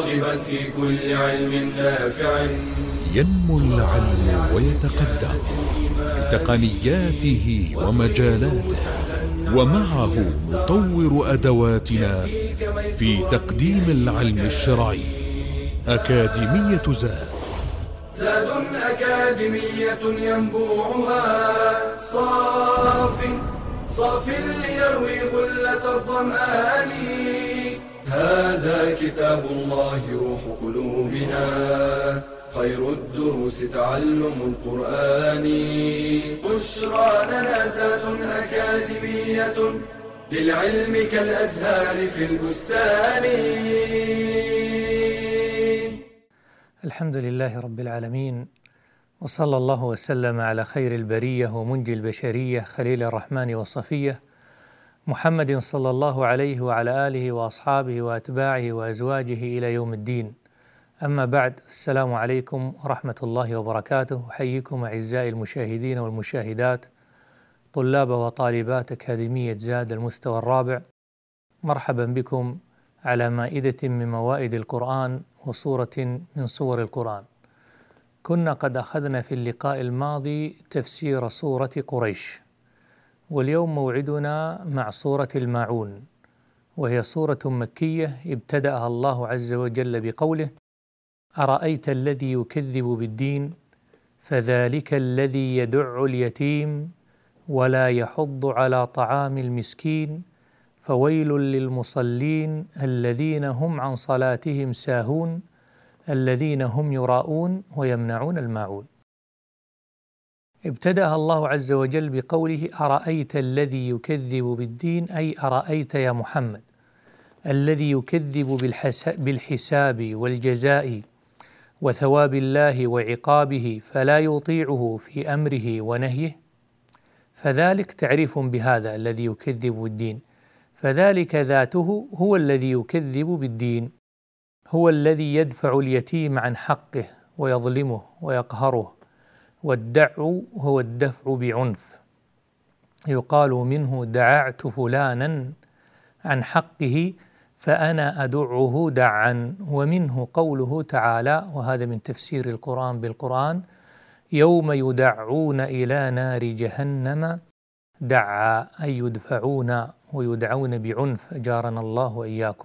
راغبا في كل علم نافع. ينمو العلم ويتقدم بتقنياته ومجالاته، ومعه نطور أدواتنا في تقديم العلم الشرعي. أكاديمية زاد أكاديمية ينبوعها صاف ليروي غلة الظمآن. هذا كتاب الله روح قلوبنا، خير الدروس تعلم القرآن. بشرى لنا زاد أكاديمية للعلم كالأزهار في البستان. الحمد لله رب العالمين، وصلى الله وسلم على خير البرية ومنجي البشرية خليل الرحمن وصفية محمد صلى الله عليه وعلى آله وأصحابه وأتباعه وأزواجه إلى يوم الدين. أما بعد، السلام عليكم ورحمة الله وبركاته. أحييكم أعزائي المشاهدين والمشاهدات، طلاب وطالبات أكاديمية زاد المستوى الرابع. مرحبا بكم على مائدة من موائد القرآن وصورة من صور القرآن. كنا قد أخذنا في اللقاء الماضي تفسير سورة قريش، واليوم موعدنا مع سورة الماعون، وهي سورة مكية ابتدأها الله عز وجل بقوله: أرأيت الذي يكذب بالدين فذلك الذي يدع اليتيم ولا يحض على طعام المسكين فويل للمصلين الذين هم عن صلاتهم ساهون الذين هم يراءون ويمنعون الماعون. ابتدأها الله عز وجل بقوله: أرأيت الذي يكذب بالدين، أي أرأيت يا محمد الذي يكذب بالحساب والجزاء وثواب الله وعقابه فلا يطيعه في أمره ونهيه. فذلك تعريف بهذا الذي يكذب بالدين، فذلك ذاته هو الذي يكذب بالدين، هو الذي يدفع اليتيم عن حقه ويظلمه ويقهره. والدع هو الدفع بعنف، يقال منه دععت فلانا عن حقه فأنا أدعه دعا. ومنه قوله تعالى، وهذا من تفسير القرآن بالقرآن: يوم يدعون إلى نار جهنم دعا، أي يدفعون ويدعون بعنف، أجارنا الله وإياكم.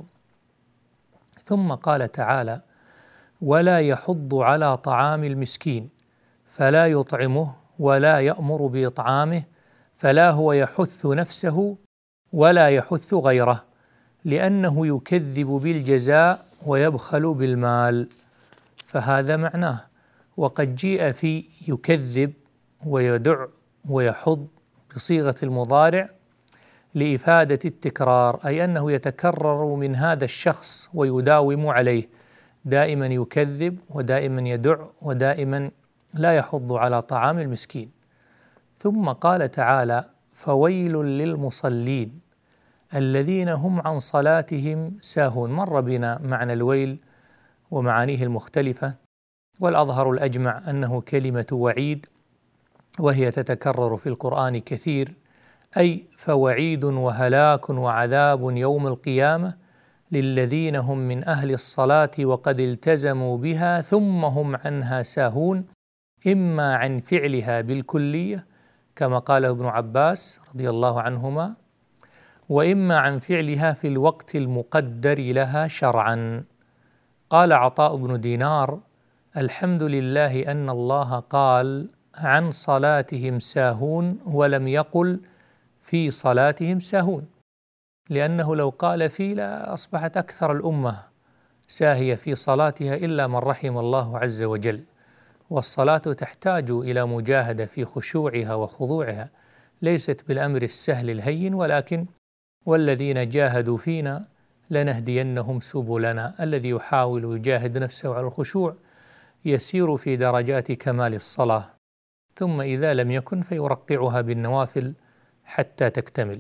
ثم قال تعالى: ولا يحض على طعام المسكين، فلا يطعمه ولا يأمر بإطعامه، فلا هو يحث نفسه ولا يحث غيره، لأنه يكذب بالجزاء ويبخل بالمال. فهذا معناه. وقد جيء في يكذب ويدع ويحض بصيغة المضارع لإفادة التكرار، أي أنه يتكرر من هذا الشخص ويداوم عليه، دائما يكذب ودائما يدع ودائما لا يحض على طعام المسكين. ثم قال تعالى: فويل للمصلين الذين هم عن صلاتهم ساهون. مر بنا معنى الويل ومعانيه المختلفة، والأظهر الأجمع أنه كلمة وعيد، وهي تتكرر في القرآن كثير، أي فوعيد وهلاك وعذاب يوم القيامة للذين هم من أهل الصلاة وقد التزموا بها ثم هم عنها ساهون، إما عن فعلها بالكلية كما قاله ابن عباس رضي الله عنهما، وإما عن فعلها في الوقت المقدر لها شرعا. قال عطاء بن دينار: الحمد لله أن الله قال عن صلاتهم ساهون ولم يقل في صلاتهم ساهون، لأنه لو قال في لأصبحت أكثر الأمة ساهية في صلاتها إلا من رحم الله عز وجل. والصلاة تحتاج إلى مجاهدة في خشوعها وخضوعها، ليست بالأمر السهل الهين، ولكن والذين جاهدوا فينا لنهدينهم سبلنا. الذي يحاول يجاهد نفسه على الخشوع يسير في درجات كمال الصلاة، ثم إذا لم يكن فيرقعها بالنوافل حتى تكتمل.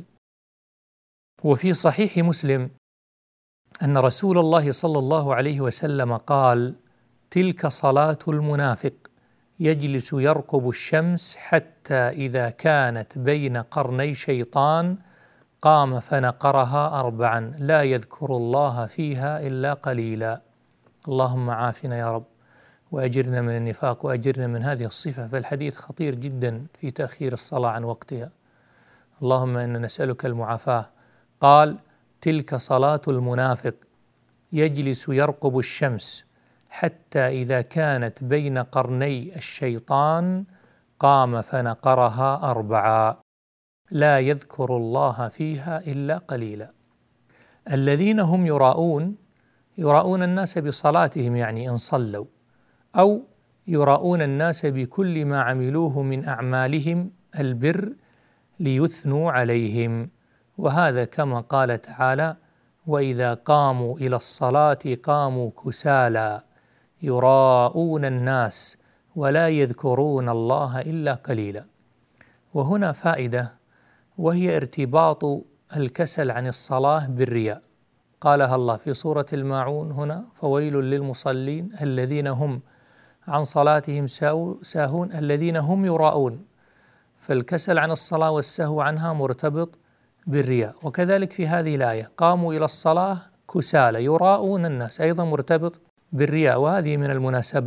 وفي صحيح مسلم أن رسول الله صلى الله عليه وسلم قال: تلك صلاة المنافق يجلس يرقب الشمس حتى إذا كانت بين قرني شيطان قام فنقرها 4 لا يذكر الله فيها إلا قليلا. اللهم عافنا يا رب وأجرنا من النفاق وأجرنا من هذه الصفة. فالحديث خطير جدا في تأخير الصلاة عن وقتها. اللهم إنا نسألك المعافاة. قال: تلك صلاة المنافق يجلس يرقب الشمس حتى إذا كانت بين قرني الشيطان قام فنقرها 4 لا يذكر الله فيها إلا قليلا. الذين هم يراؤون الناس بصلاتهم، يعني إن صلوا، أو يراؤون الناس بكل ما عملوه من أعمالهم البر ليثنوا عليهم. وهذا كما قال تعالى: وإذا قاموا إلى الصلاة قاموا كسالى يراءون الناس ولا يذكرون الله إلا قليلا. وهنا فائدة، وهي ارتباط الكسل عن الصلاة بالرياء. قالها الله في سورة الماعون هنا: فويل للمصلين الذين هم عن صلاتهم ساهون الذين هم يراءون. فالكسل عن الصلاة والسهو عنها مرتبط بالرياء. وكذلك في هذه الآية: قاموا إلى الصلاة كسالى يراءون الناس، أيضا مرتبط بالرياء. وهذه من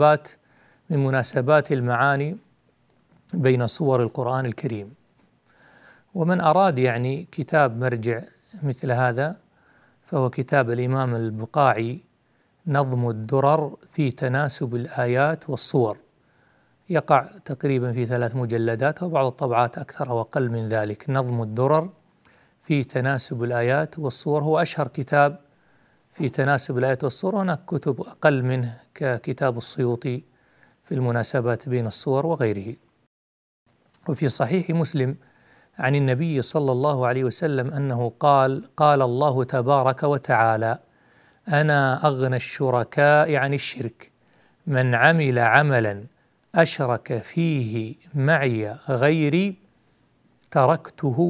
مناسبات المعاني بين صور القرآن الكريم. ومن أراد يعني كتاب مرجع مثل هذا فهو كتاب الإمام البقاعي نظم الدرر في تناسب الآيات والصور، يقع تقريبا في 3 مجلدات، وبعض الطبعات أكثر وأقل من ذلك. نظم الدرر في تناسب الآيات والصور هو أشهر كتاب في تناسب الآيات والصور. هناك كتب أقل منه ككتاب السيوطي في المناسبات بين الصور وغيره. وفي صحيح مسلم عن النبي صلى الله عليه وسلم أنه قال الله تبارك وتعالى: أنا أغنى الشركاء عن الشرك، من عمل عملا أشرك فيه معي غيري تركته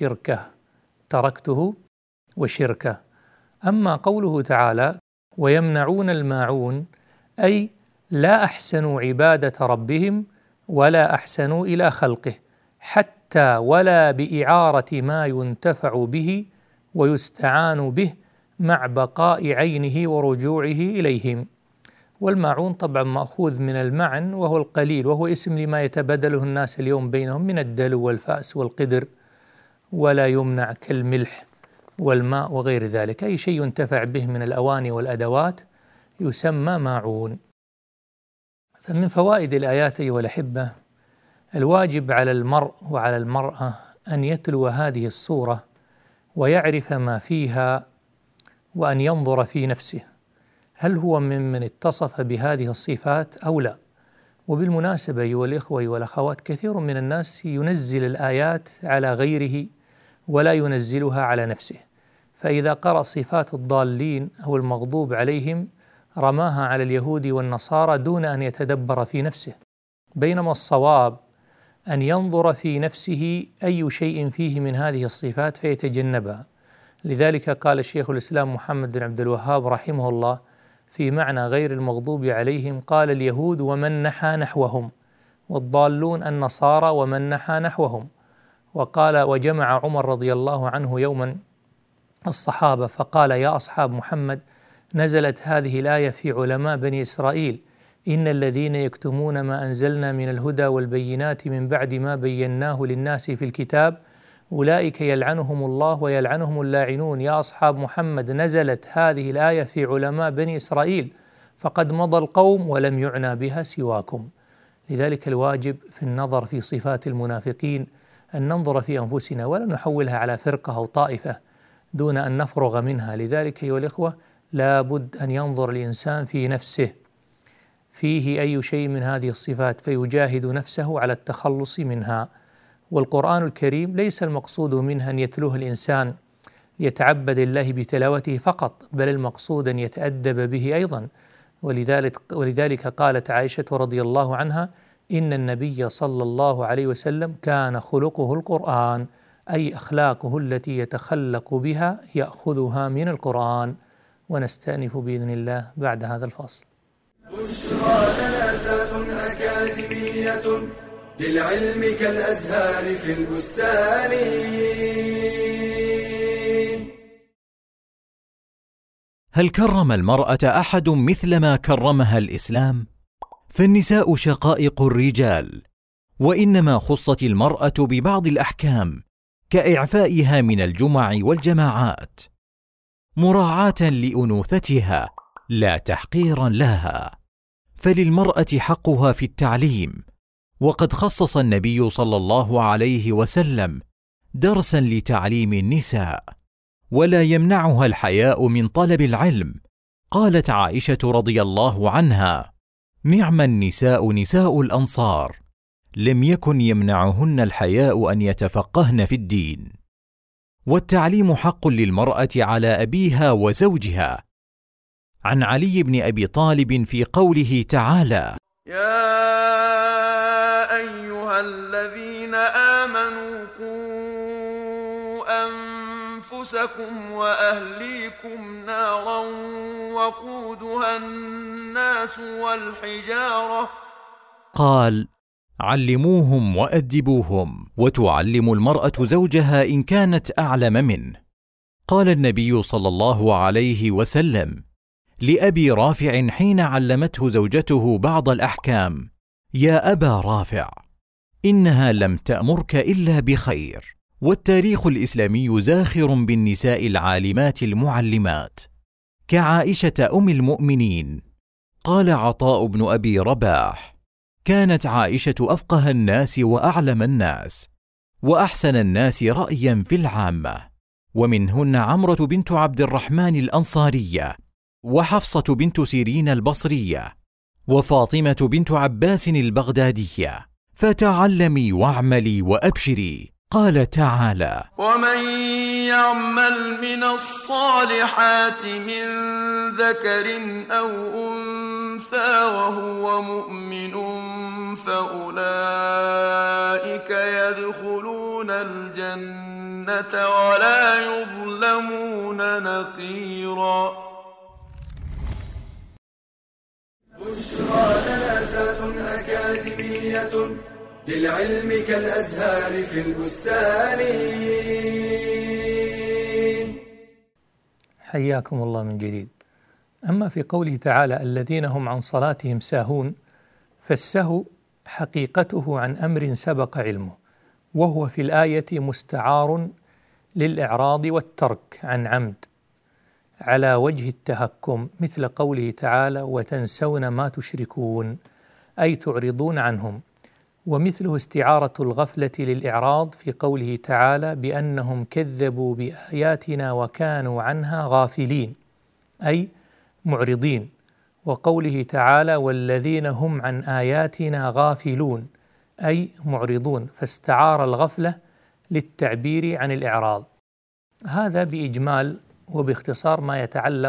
وشركه. أما قوله تعالى: ويمنعون الماعون، أي لا أحسنوا عبادة ربهم ولا أحسنوا إلى خلقه، حتى ولا بإعارة ما ينتفع به ويستعان به مع بقاء عينه ورجوعه إليهم. والماعون طبعا مأخوذ من المعن وهو القليل، وهو اسم لما يتبادله الناس اليوم بينهم من الدلو والفأس والقدر، ولا يمنع كالملح والماء وغير ذلك. أي شيء ينتفع به من الأواني والأدوات يسمى ماعون. فمن فوائد الآيات أيها الأحبة: الواجب على المرء وعلى المرأة أن يتلو هذه السورة ويعرف ما فيها، وأن ينظر في نفسه هل هو ممن اتصف بهذه الصفات أو لا. وبالمناسبة أيها الإخوة والأخوات، كثير من الناس ينزل الآيات على غيره ولا ينزلها على نفسه، فإذا قرأ صفات الضالين أو المغضوب عليهم رماها على اليهود والنصارى دون أن يتدبر في نفسه، بينما الصواب أن ينظر في نفسه أي شيء فيه من هذه الصفات فيتجنبها. لذلك قال الشيخ الإسلام محمد بن عبد الوهاب رحمه الله في معنى غير المغضوب عليهم: قال اليهود ومن نحى نحوهم، والضالون النصارى ومن نحى نحوهم. وقال: وجمع عمر رضي الله عنه يوما الصحابة فقال: يا أصحاب محمد، نزلت هذه الآية في علماء بني إسرائيل: إن الذين يكتمون ما أنزلنا من الهدى والبينات من بعد ما بيناه للناس في الكتاب أولئك يلعنهم الله ويلعنهم اللاعنون. يا أصحاب محمد، نزلت هذه الآية في علماء بني إسرائيل، فقد مضى القوم ولم يعنى بها سواكم. لذلك الواجب في النظر في صفات المنافقين أن ننظر في أنفسنا ولا نحولها على فرقة أو طائفة دون أن نفرغ منها. لذلك أيها الإخوة، لا بد أن ينظر الإنسان في نفسه فيه أي شيء من هذه الصفات فيجاهد نفسه على التخلص منها. والقرآن الكريم ليس المقصود منها أن يتلوه الإنسان ليتعبد الله بتلاوته فقط، بل المقصود أن يتأدب به أيضا. ولذلك قالت عائشة رضي الله عنها: إن النبي صلى الله عليه وسلم كان خلقه القرآن، أي أخلاقه التي يتخلق بها يأخذها من القرآن. ونستأنف بإذن الله بعد هذا الفاصل. بشرى جنازات أكاديمية للعلم كالأزهار في البستان. هل كرم المرأة أحد مثل ما كرمها الإسلام؟ فالنساء شقائق الرجال، وإنما خصت المرأة ببعض الأحكام كإعفائها من الجمع والجماعات مراعاة لأنوثتها لا تحقيرا لها. فللمرأة حقها في التعليم، وقد خصص النبي صلى الله عليه وسلم درسا لتعليم النساء، ولا يمنعها الحياء من طلب العلم. قالت عائشة رضي الله عنها: نعم النساء نساء الأنصار، لم يكن يمنعهن الحياء أن يتفقهن في الدين. والتعليم حق للمرأة على أبيها وزوجها. عن علي بن أبي طالب في قوله تعالى: يا أيها الذين آمنوا قوا أنفسكم وأهليكم نارا وقودها الناس والحجارة. قال: علموهم وأدبوهم. وتعلم المرأة زوجها إن كانت أعلم منه. قال النبي صلى الله عليه وسلم لأبي رافع حين علمته زوجته بعض الأحكام: يا أبا رافع، إنها لم تأمرك إلا بخير. والتاريخ الإسلامي زاخر بالنساء العالمات المعلمات كعائشة أم المؤمنين. قال عطاء بن أبي رباح: كانت عائشة أفقه الناس وأعلم الناس وأحسن الناس رأيا في العامة، ومنهن عمرة بنت عبد الرحمن الأنصارية، وحفصة بنت سيرين البصرية، وفاطمة بنت عباس البغدادية. فتعلمي واعملي وأبشري. قال تعالى: ومن يعمل من الصالحات من ذكر أو أنثى وهو مؤمن فأولئك يدخلون الجنة ولا يظلمون نقيرا. بشرى لنا زاد أكاديمية للعلم كالأزهار في البستان. حياكم الله من جديد. أما في قوله تعالى: الذين هم عن صلاتهم ساهون، فالسهو حقيقته عن أمر سبق علمه، وهو في الآية مستعار للإعراض والترك عن عمد على وجه التهكم، مثل قوله تعالى: وتنسون ما تشركون، أي تعرضون عنهم. ومثله استعارة الغفلة للإعراض في قوله تعالى: بأنهم كذبوا بآياتنا وكانوا عنها غافلين، أي معرضين. وقوله تعالى: والذين هم عن آياتنا غافلون، أي معرضون، فاستعار الغفلة للتعبير عن الإعراض. هذا بإجمال وباختصار ما يتعلق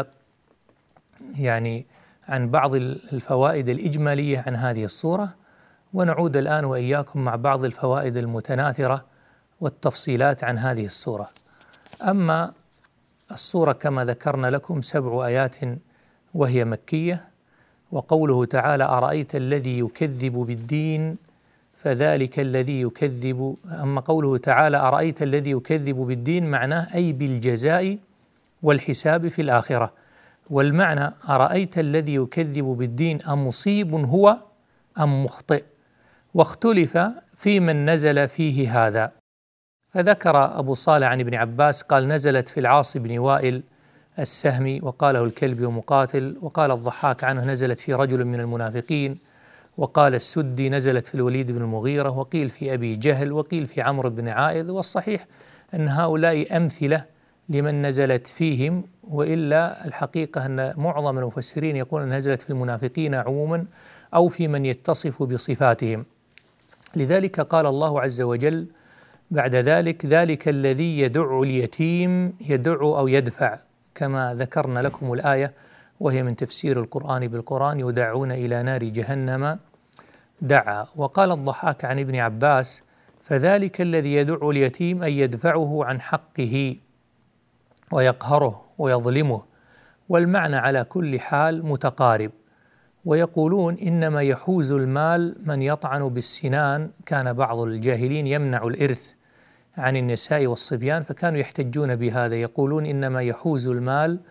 عن بعض الفوائد الإجمالية عن هذه الصورة، ونعود الآن وإياكم مع بعض الفوائد المتناثرة والتفصيلات عن هذه الصورة. أما الصورة كما ذكرنا لكم 7 آيات وهي مكية. وقوله تعالى: أرأيت الذي يكذب بالدين فذلك الذي يكذب. أما قوله تعالى: أرأيت الذي يكذب بالدين، معناه أي بالجزاء والحساب في الآخرة. والمعنى: أرأيت الذي يكذب بالدين أمصيب هو أم مخطئ؟ واختلف في من نزل فيه هذا، فذكر أبو صالح عن ابن عباس قال: نزلت في العاص بن وائل السهمي، وقاله الكلبي ومقاتل. وقال الضحاك عنه: نزلت في رجل من المنافقين. وقال السدي: نزلت في الوليد بن المغيرة. وقيل في أبي جهل، وقيل في عمرو بن عائذ. والصحيح أن هؤلاء أمثلة لمن نزلت فيهم، وإلا الحقيقة أن معظم المفسرين يقول أن نزلت في المنافقين عموما أو في من يتصف بصفاتهم. لذلك قال الله عز وجل بعد ذلك: ذلك الذي يدع اليتيم، يدع أو يدفع، كما ذكرنا لكم الآية وهي من تفسير القرآن بالقرآن: يدعون إلى نار جهنم دعا. وقال الضحاك عن ابن عباس: فذلك الذي يدع اليتيم أي يدفعه عن حقه ويقهره ويظلمه. والمعنى على كل حال متقارب. ويقولون إنما يحوز المال من يطعن بالسنان. كان بعض الجاهلين يمنع الإرث عن النساء والصبيان، فكانوا يحتجون بهذا، يقولون إنما يحوز المال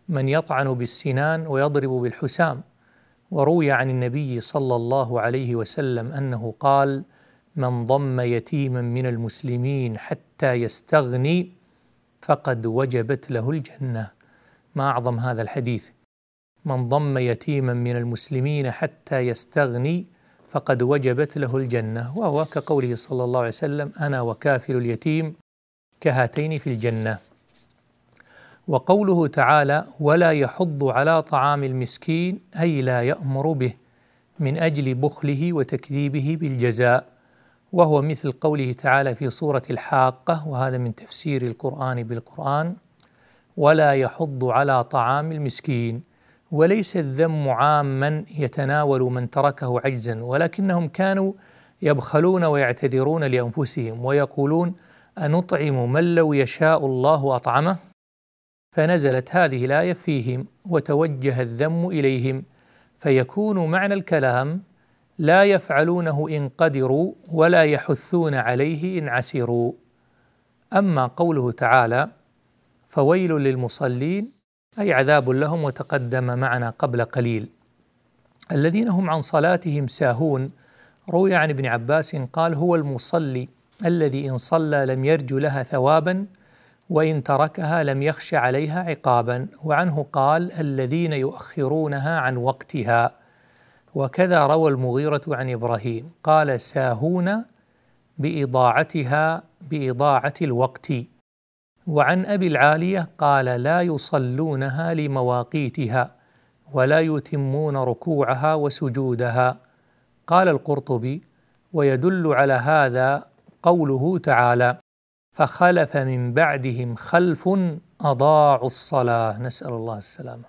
من يطعن بالسنان ويضرب بالحسام. وروي عن النبي صلى الله عليه وسلم أنه قال: من ضم يتيما من المسلمين حتى يستغني فقد وجبت له الجنة. ما أعظم هذا الحديث: من ضم يتيما من المسلمين حتى يستغني فقد وجبت له الجنة، وهو كقوله صلى الله عليه وسلم: أنا وكافل اليتيم كهاتين في الجنة. وقوله تعالى: ولا يحض على طعام المسكين، أي لا يأمر به من أجل بخله وتكذيبه بالجزاء، وهو مثل قوله تعالى في سورة الحاقة، وهذا من تفسير القرآن بالقرآن: ولا يحض على طعام المسكين. وليس الذم عاما يتناول من تركه عجزا، ولكنهم كانوا يبخلون ويعتذرون لأنفسهم ويقولون: أنطعم من لو يشاء الله أطعمه؟ فنزلت هذه الآية فيهم وتوجه الذم إليهم، فيكون معنى الكلام: لا يفعلونه إن قدروا ولا يحثون عليه إن عسروا. أما قوله تعالى: فويل للمصلين، أي عذاب لهم، وتقدم معنا قبل قليل. الذين هم عن صلاتهم ساهون، روي عن ابن عباس قال: هو المصلي الذي إن صلى لم يرج لها ثوابا، وإن تركها لم يخش عليها عقابا. وعنه قال: الذين يؤخرونها عن وقتها. وكذا روى المغيرة عن إبراهيم قال: ساهون بإضاعتها بإضاعة الوقت. وعن أبي العالية قال: لا يصلونها لمواقيتها ولا يتمون ركوعها وسجودها. قال القرطبي: ويدل على هذا قوله تعالى: فخلف من بعدهم خلف أضاعوا الصلاة، نسأل الله السلامة.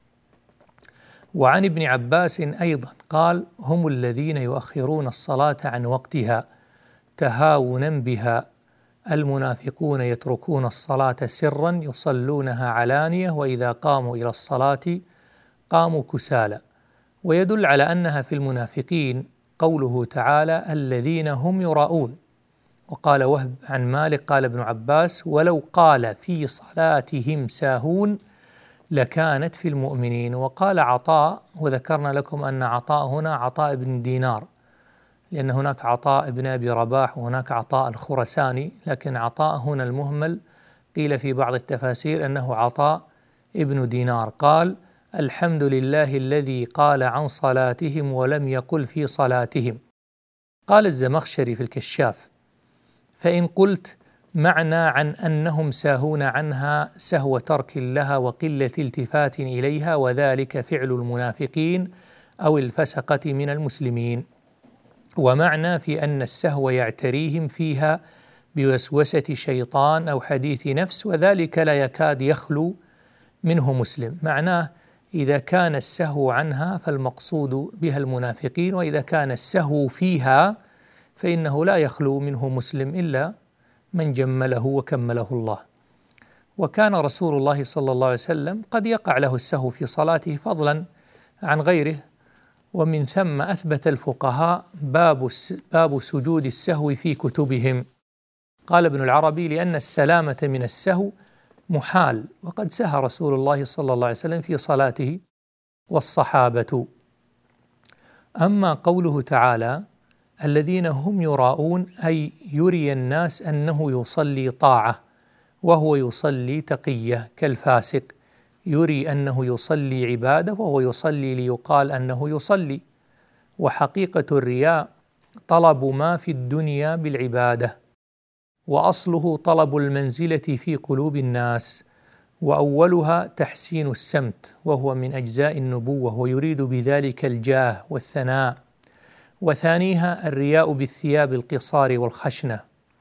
وعن ابن عباس أيضا قال: هم الذين يؤخرون الصلاة عن وقتها تهاونا بها، المنافقون يتركون الصلاة سرا يصلونها علانية، وإذا قاموا إلى الصلاة قاموا كسالى. ويدل على أنها في المنافقين قوله تعالى: الذين هم يراءون. وقال وهب عن مالك قال ابن عباس: ولو قال في صلاتهم ساهون لكانت في المؤمنين. وقال عطاء، وذكرنا لكم أن عطاء هنا عطاء بن دينار، لأن هناك عطاء بن أبي رباح وهناك عطاء الخرساني، لكن عطاء هنا المهمل قيل في بعض التفاسير أنه عطاء ابن دينار. قال: الحمد لله الذي قال عن صلاتهم ولم يقل في صلاتهم. قال الزمخشري في الكشاف: فإن قلت معنى عن أنهم ساهون عنها سهو ترك لها وقلة التفات إليها، وذلك فعل المنافقين أو الفسقة من المسلمين. ومعنى في أن السهو يعتريهم فيها بوسوسة شيطان أو حديث نفس، وذلك لا يكاد يخلو منه مسلم. معناه إذا كان السهو عنها فالمقصود بها المنافقين، وإذا كان السهو فيها فإنه لا يخلو منه مسلم إلا من جمله وكمله الله. وكان رسول الله صلى الله عليه وسلم قد يقع له السهو في صلاته فضلا عن غيره، ومن ثم أثبت الفقهاء باب سجود السهو في كتبهم. قال ابن العربي: لأن السلامة من السهو محال، وقد سهى رسول الله صلى الله عليه وسلم في صلاته والصحابة. أما قوله تعالى: الذين هم يراءون، أي يري الناس أنه يصلي طاعة وهو يصلي تقية كالفاسق، يري أنه يصلي عبادة وهو يصلي ليقال أنه يصلي. وحقيقة الرياء طلب ما في الدنيا بالعبادة، وأصله طلب المنزلة في قلوب الناس، وأولها تحسين السمت وهو من أجزاء النبوة ويريد بذلك الجاه والثناء، وثانيها الرياء بالثياب القصار والخشنة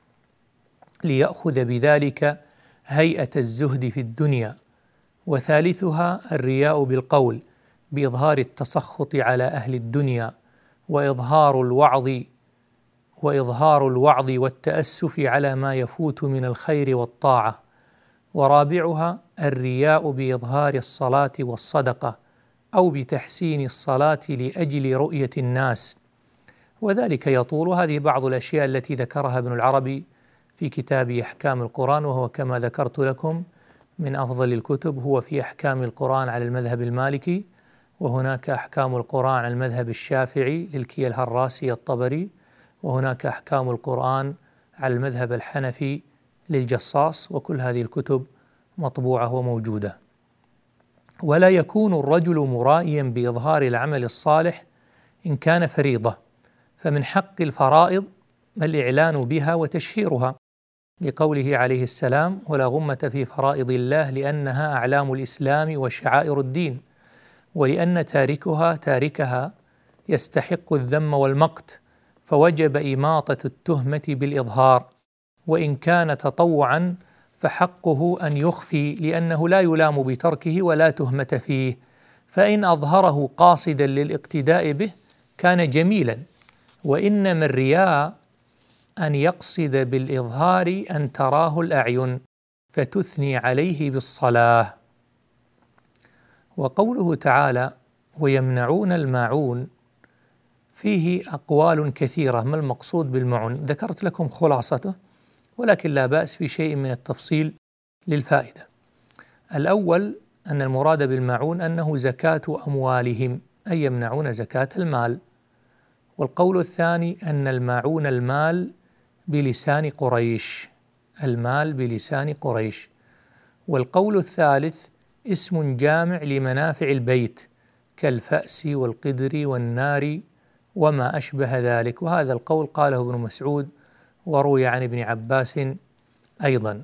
ليأخذ بذلك هيئة الزهد في الدنيا، وثالثها الرياء بالقول بإظهار التسخط على أهل الدنيا وإظهار الوعظ والتأسف على ما يفوت من الخير والطاعة، ورابعها الرياء بإظهار الصلاة والصدقة أو بتحسين الصلاة لأجل رؤية الناس، وذلك يطول. هذه بعض الأشياء التي ذكرها ابن العربي في كتاب أحكام القرآن، وهو كما ذكرت لكم من أفضل الكتب هو في أحكام القرآن على المذهب المالكي، وهناك أحكام القرآن على المذهب الشافعي للكي الهراسي الطبري، وهناك أحكام القرآن على المذهب الحنفي للجصاص، وكل هذه الكتب مطبوعة وموجودة. ولا يكون الرجل مرائيا بإظهار العمل الصالح إن كان فريضة، فمن حق الفرائض الإعلان بها وتشهيرها، لقوله عليه السلام: ولا غمة في فرائض الله لأنها أعلام الإسلام وشعائر الدين، ولأن تاركها يستحق الذم والمقت، فوجب إماطة التهمة بالإظهار، وإن كان تطوعا فحقه أن يخفي، لأنه لا يلام بتركه ولا تهمة فيه، فإن أظهره قاصدا للاقتداء به كان جميلا، وإنما الرياء أن يقصد بالإظهار أن تراه الأعين فتثني عليه بالصلاة. وقوله تعالى: ويمنعون الماعون، فيه أقوال كثيرة ما المقصود بالمعون، ذكرت لكم خلاصته، ولكن لا بأس في شيء من التفصيل للفائدة. الأول أن المراد بالماعون أنه زكاة أموالهم، أي يمنعون زكاة المال. والقول الثاني أن الماعون المال بلسان قريش، المال بلسان قريش. والقول الثالث اسم جامع لمنافع البيت كالفأس والقدر والنار وما أشبه ذلك، وهذا القول قاله ابن مسعود وروي عن ابن عباس أيضا.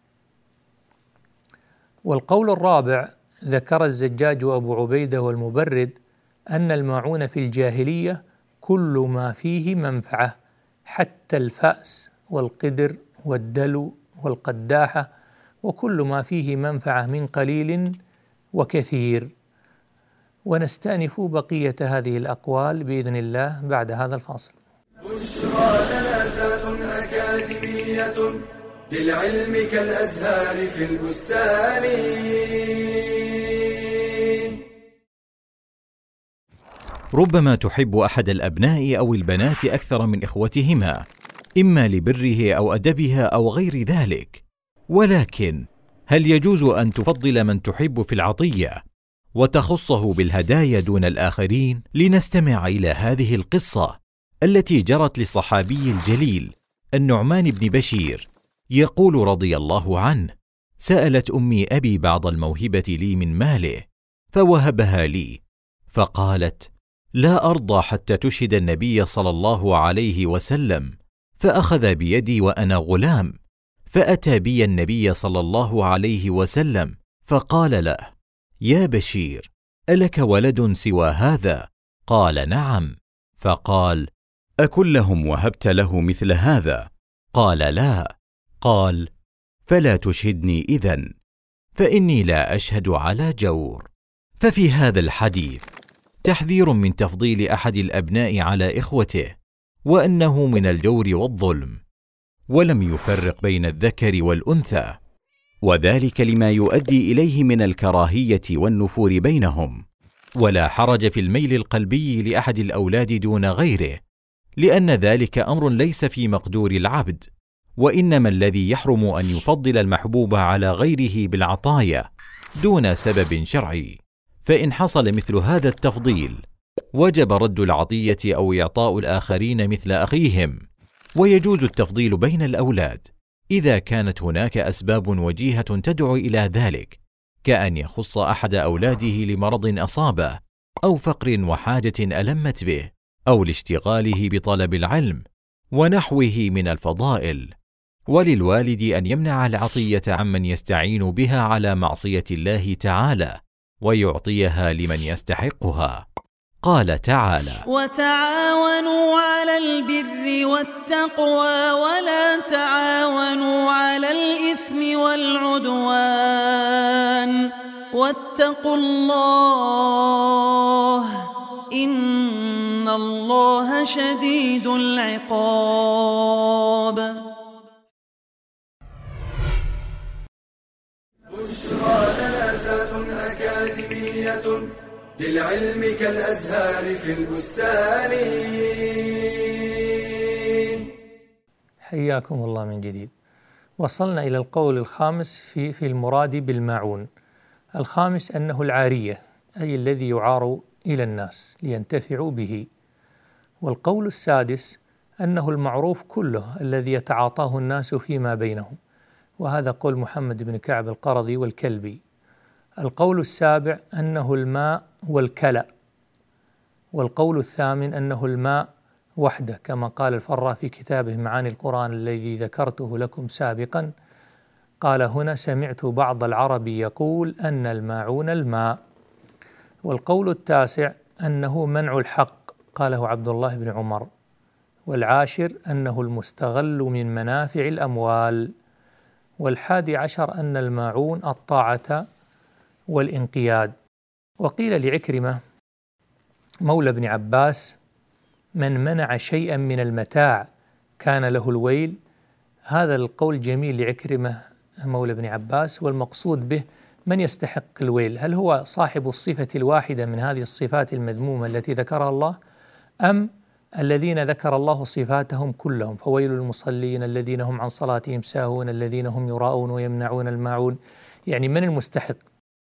والقول الرابع ذكر الزجاج وأبو عبيدة والمبرد أن الماعون في الجاهلية كل ما فيه منفعة، حتى الفأس والقدر والدلو والقداحة، وكل ما فيه منفعة من قليل وكثير. ونستأنف بقية هذه الأقوال بإذن الله بعد هذا الفاصل. بشرى لنا زاد أكاديمية للعلم كالأزهار في البستان. ربما تحب أحد الأبناء أو البنات أكثر من إخوتهما، إما لبره أو أدبها أو غير ذلك، ولكن هل يجوز أن تفضل من تحب في العطية وتخصه بالهدايا دون الآخرين؟ لنستمع إلى هذه القصة التي جرت للصحابي الجليل النعمان بن بشير، يقول رضي الله عنه: سألت أمي أبي بعض الموهبة لي من ماله فوهبها لي، فقالت: لا أرضى حتى تشهد النبي صلى الله عليه وسلم، فأخذ بيدي وأنا غلام، فأتى بي النبي صلى الله عليه وسلم فقال له: يا بشير، ألك ولد سوى هذا؟ قال: نعم. فقال: أكلهم وهبت له مثل هذا؟ قال: لا. قال: فلا تشهدني إذن، فإني لا أشهد على جور. ففي هذا الحديث تحذير من تفضيل أحد الأبناء على إخوته، وأنه من الجور والظلم، ولم يفرق بين الذكر والأنثى، وذلك لما يؤدي إليه من الكراهية والنفور بينهم. ولا حرج في الميل القلبي لأحد الأولاد دون غيره، لأن ذلك أمر ليس في مقدور العبد، وإنما الذي يحرم أن يفضل المحبوب على غيره بالعطايا دون سبب شرعي. فإن حصل مثل هذا التفضيل وجب رد العطية أو إعطاء الآخرين مثل أخيهم. ويجوز التفضيل بين الأولاد إذا كانت هناك أسباب وجيهة تدعو إلى ذلك، كأن يخص أحد أولاده لمرض أصابه، أو فقر وحاجة ألمت به، أو لاشتغاله بطلب العلم ونحوه من الفضائل. وللوالد أن يمنع العطية عمن يستعين بها على معصية الله تعالى، ويعطيها لمن يستحقها. قال تعالى: وتعاونوا على البر والتقوى ولا تعاونوا على الإثم والعدوان واتقوا الله إن الله شديد العقاب. بشرى لنا زاد أكاديمية للعلم كالأزهار في البستان. حياكم الله من جديد. وصلنا إلى القول الخامس في المراد بالماعون. الخامس أنه العارية، أي الذي يعار إلى الناس لينتفعوا به. والقول السادس أنه المعروف كله الذي يتعاطاه الناس فيما بينهم، وهذا قول محمد بن كعب القرظي والكلبي. القول السابع أنه الماء والكلأ. والقول الثامن أنه الماء وحده، كما قال الفراء في كتابه معاني القرآن الذي ذكرته لكم سابقا، قال هنا: سمعت بعض العرب يقول أن الماعون الماء. والقول التاسع أنه منع الحق، قاله عبد الله بن عمر. والعاشر أنه المستغل من منافع الأموال. والحادي عشر أن الماعون الطاعة والانقياد. وقيل لعكرمة مولى ابن عباس: من منع شيئا من المتاع كان له الويل. هذا القول جميل لعكرمة مولى ابن عباس، والمقصود به من يستحق الويل، هل هو صاحب الصفة الواحدة من هذه الصفات المذمومة التي ذكرها الله، أم الذين ذكر الله صفاتهم كلهم؟ فويل للمصلين الذين هم عن صلاتهم ساهون الذين هم يراءون ويمنعون الماعون. يعني من المستحق؟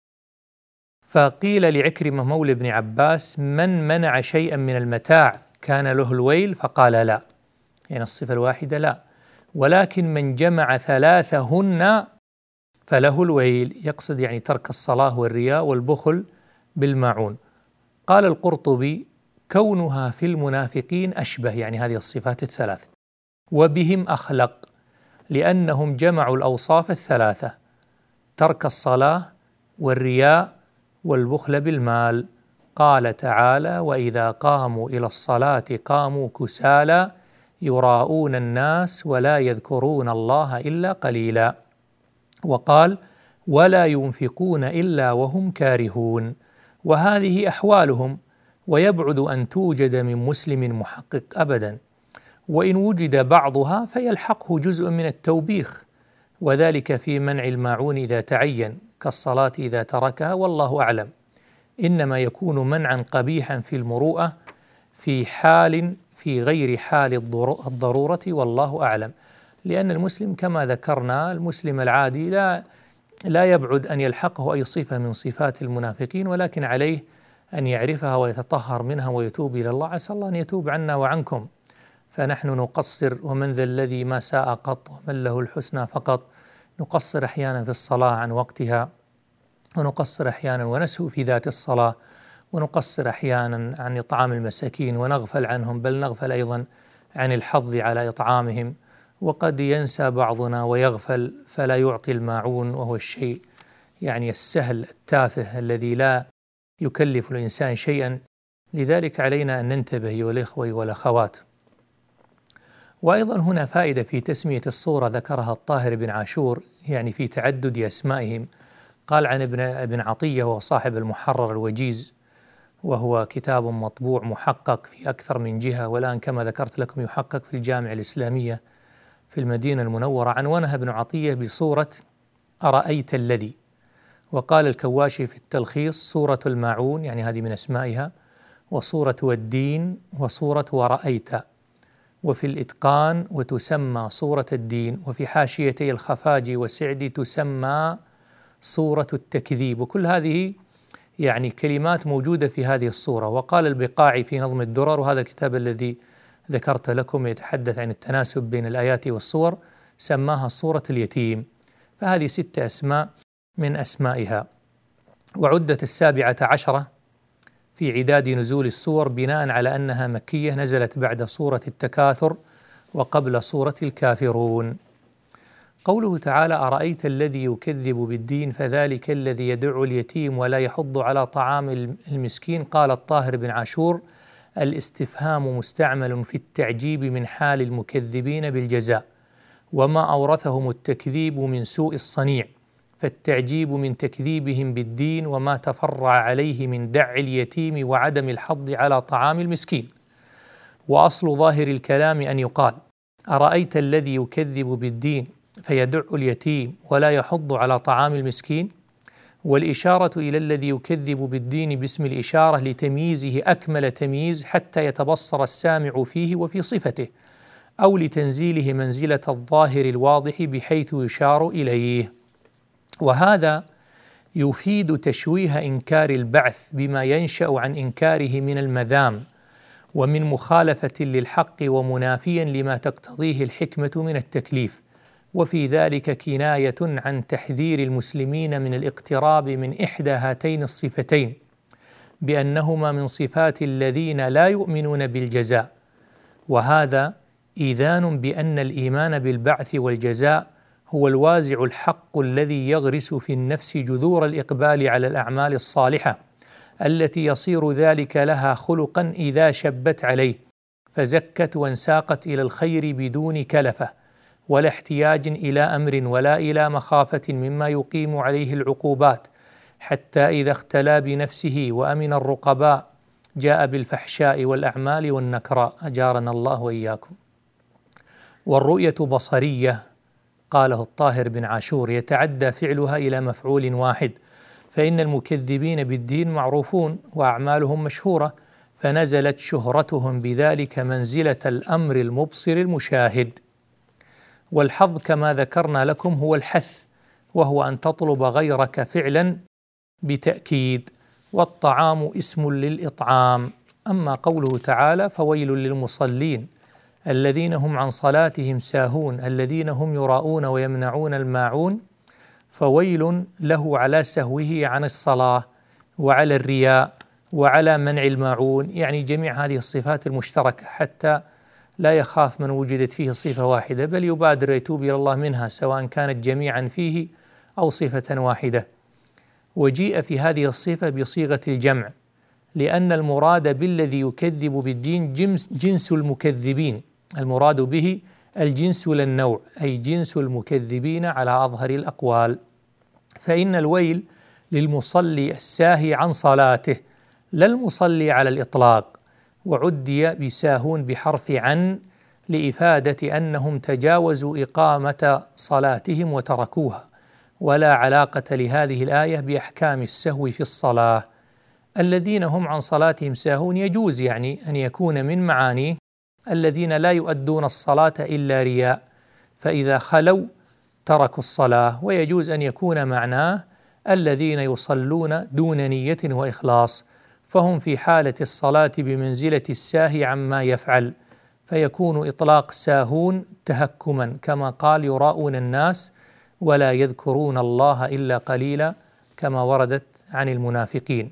فقيل لعكرمة مولى ابن عباس: من منع شيئا من المتاع كان له الويل، فقال لا، يعني الصفة الواحدة لا، ولكن من جمع ثلاثهن فله الويل، يقصد يعني ترك الصلاة والرياء والبخل بالماعون. قال القرطبي: كونها في المنافقين أشبه، يعني هذه الصفات الثلاث، وبهم أخلق، لأنهم جمعوا الأوصاف الثلاثة: ترك الصلاة والرياء والبخل بالمال. قال تعالى: وإذا قاموا إلى الصلاة قاموا كسالى يراءون الناس ولا يذكرون الله إلا قليلا. وقال: ولا ينفقون إلا وهم كارهون. وهذه أحوالهم، ويبعد أن توجد من مسلم محقق أبدا، وإن وجد بعضها فيلحقه جزء من التوبيخ، وذلك في منع الماعون إذا تعين، كالصلاة إذا تركها، والله أعلم. إنما يكون منعا قبيحا في المروءة في غير حال الضرورة، والله أعلم. لأن المسلم كما ذكرنا، المسلم العادي لا يبعد أن يلحقه أي صفة من صفات المنافقين، ولكن عليه أن يعرفها ويتطهر منها ويتوب إلى الله. عسى الله أن يتوب عنا وعنكم، فنحن نقصر، ومن ذا الذي ما ساء قط ومن له الحسنى فقط. نقصر أحيانا في الصلاة عن وقتها، ونقصر أحيانا ونسهو في ذات الصلاة، ونقصر أحيانا عن إطعام المساكين ونغفل عنهم، بل نغفل أيضا عن الحظ على إطعامهم. وقد ينسى بعضنا ويغفل فلا يعطي الماعون، وهو الشيء يعني السهل التافه الذي لا يكلف الإنسان شيئا. لذلك علينا أن ننتبه أيها الإخوة والأخوات. وأيضا هنا فائدة في تسمية الصورة ذكرها الطاهر بن عاشور، يعني في تعدد أسمائهم. قال عن ابن عطية، وهو صاحب المحرر الوجيز، وهو كتاب مطبوع محقق في أكثر من جهة، والآن كما ذكرت لكم يحقق في الجامعة الإسلامية في المدينة المنورة. عنوانها ابن عطية بصورة أرأيت الذي. وقال الكواشي في التلخيص: صورة الماعون، يعني هذه من أسمائها، وصورة والدين، وصورة ورأيت. وفي الإتقان: وتسمى صورة الدين. وفي حاشيتي الخفاجي وسعدي: تسمى صورة التكذيب. وكل هذه يعني كلمات موجودة في هذه الصورة. وقال البقاعي في نظم الدرر، وهذا الكتاب الذي ذكرت لكم يتحدث عن التناسب بين الآيات والصور، سماها صورة اليتيم. فهذه 6 أسماء من أسمائها. وعدت 17 في عداد نزول السور، بناء على أنها مكية، نزلت بعد سورة التكاثر وقبل سورة الكافرون. قوله تعالى: أرأيت الذي يكذب بالدين فذلك الذي يدع اليتيم ولا يحض على طعام المسكين. قال الطاهر بن عاشور: الاستفهام مستعمل في التعجيب من حال المكذبين بالجزاء، وما أورثهم التكذيب من سوء الصنيع، فالتعجيب من تكذيبهم بالدين وما تفرع عليه من دع اليتيم وعدم الحض على طعام المسكين. وأصل ظاهر الكلام أن يقال: أرأيت الذي يكذب بالدين فيدع اليتيم ولا يحض على طعام المسكين. والإشارة إلى الذي يكذب بالدين باسم الإشارة لتمييزه أكمل تمييز، حتى يتبصر السامع فيه وفي صفته. أو لتنزيله منزلة الظاهر الواضح بحيث يشار إليه. وهذا يفيد تشويه إنكار البعث بما ينشأ عن إنكاره من المذام ومن مخالفة للحق ومنافيا لما تقتضيه الحكمة من التكليف، وفي ذلك كناية عن تحذير المسلمين من الاقتراب من إحدى هاتين الصفتين بأنهما من صفات الذين لا يؤمنون بالجزاء، وهذا إيذان بأن الإيمان بالبعث والجزاء هو الوازع الحق الذي يغرس في النفس جذور الإقبال على الأعمال الصالحة التي يصير ذلك لها خلقا إذا شبت عليه فزكت وانساقت إلى الخير بدون كلفة ولا احتياج إلى أمر ولا إلى مخافة مما يقيم عليه العقوبات، حتى إذا اختلى بنفسه وأمن الرقباء جاء بالفحشاء والأعمال والنكراء، أجارنا الله وإياكم. والرؤية بصرية قاله الطاهر بن عاشور يتعدى فعلها إلى مفعول واحد، فإن المكذبين بالدين معروفون وأعمالهم مشهورة، فنزلت شهرتهم بذلك منزلة الأمر المبصر المشاهد. والحظ كما ذكرنا لكم هو الحث، وهو أن تطلب غيرك فعلا بتأكيد، والطعام اسم للإطعام. أما قوله تعالى فويل للمصلين الذين هم عن صلاتهم ساهون الذين هم يراءون ويمنعون الماعون، فويل له على سهوه عن الصلاة وعلى الرياء وعلى منع الماعون، يعني جميع هذه الصفات المشتركة، حتى لا يخاف من وجدت فيه صفة واحدة، بل يبادر يتوب إلى الله منها سواء كانت جميعا فيه أو صفة واحدة. وجيء في هذه الصفة بصيغة الجمع، لأن المراد بالذي يكذب بالدين جنس المكذبين، المراد به الجنس لا النوع، أي جنس المكذبين على أظهر الأقوال. فإن الويل للمصلي الساهي عن صلاته لا المصلي على الإطلاق، وعدي بساهون بحرف عن لإفادة أنهم تجاوزوا إقامة صلاتهم وتركوها، ولا علاقة لهذه الآية بأحكام السهو في الصلاة. الذين هم عن صلاتهم ساهون يجوز يعني أن يكون من معانيه الذين لا يؤدون الصلاة إلا رياء، فإذا خلوا تركوا الصلاة، ويجوز أن يكون معناه الذين يصلون دون نية وإخلاص، فهم في حالة الصلاة بمنزلة الساهي عما يفعل، فيكون إطلاق ساهون تهكما، كما قال يراءون الناس ولا يذكرون الله إلا قليلا كما وردت عن المنافقين.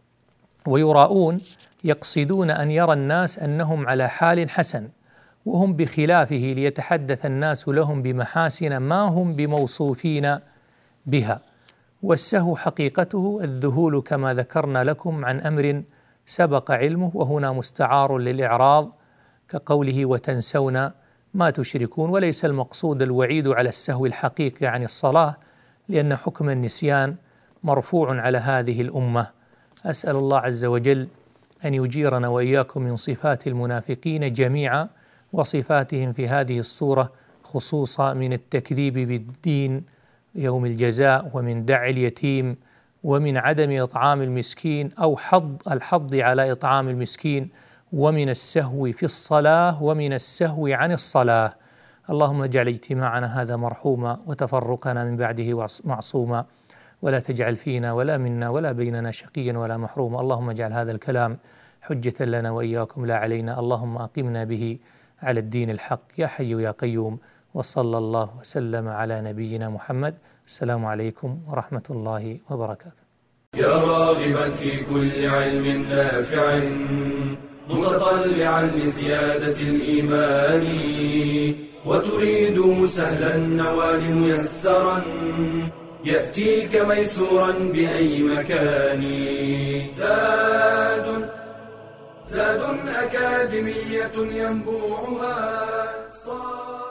ويراءون يقصدون أن يرى الناس أنهم على حال حسن وهم بخلافه، ليتحدث الناس لهم بمحاسن ما هم بموصوفين بها. والسهو حقيقته الذهول كما ذكرنا لكم عن أمر سبق علمه، وهنا مستعار للإعراض كقوله وتنسون ما تشركون، وليس المقصود الوعيد على السهو الحقيقي عن الصلاة، لأن حكم النسيان مرفوع على هذه الأمة. أسأل الله عز وجل أن يجيرنا وإياكم من صفات المنافقين جميعا وصفاتهم في هذه الصورة، خصوصا من التكذيب بالدين يوم الجزاء، ومن دع اليتيم، ومن عدم إطعام المسكين أو الحض على إطعام المسكين، ومن السهو في الصلاة، ومن السهو عن الصلاة. اللهم اجعل اجتماعنا هذا مرحوما وتفرقنا من بعده معصوما، ولا تجعل فينا ولا منا ولا بيننا شقيا ولا محروما. اللهم اجعل هذا الكلام حجة لنا وإياكم لا علينا، اللهم أقمنا به على الدين الحق يا حي يا قيوم. وصلى الله وسلم على نبينا محمد. السلام عليكم ورحمة الله وبركاته. يا راغبا في كل علم نافع متطلعا لزيادة الإيمان، وتريد سهلا النوال ميسرا يأتيك ميسورا بأي مكان. زاد أكاديمية ينبوعها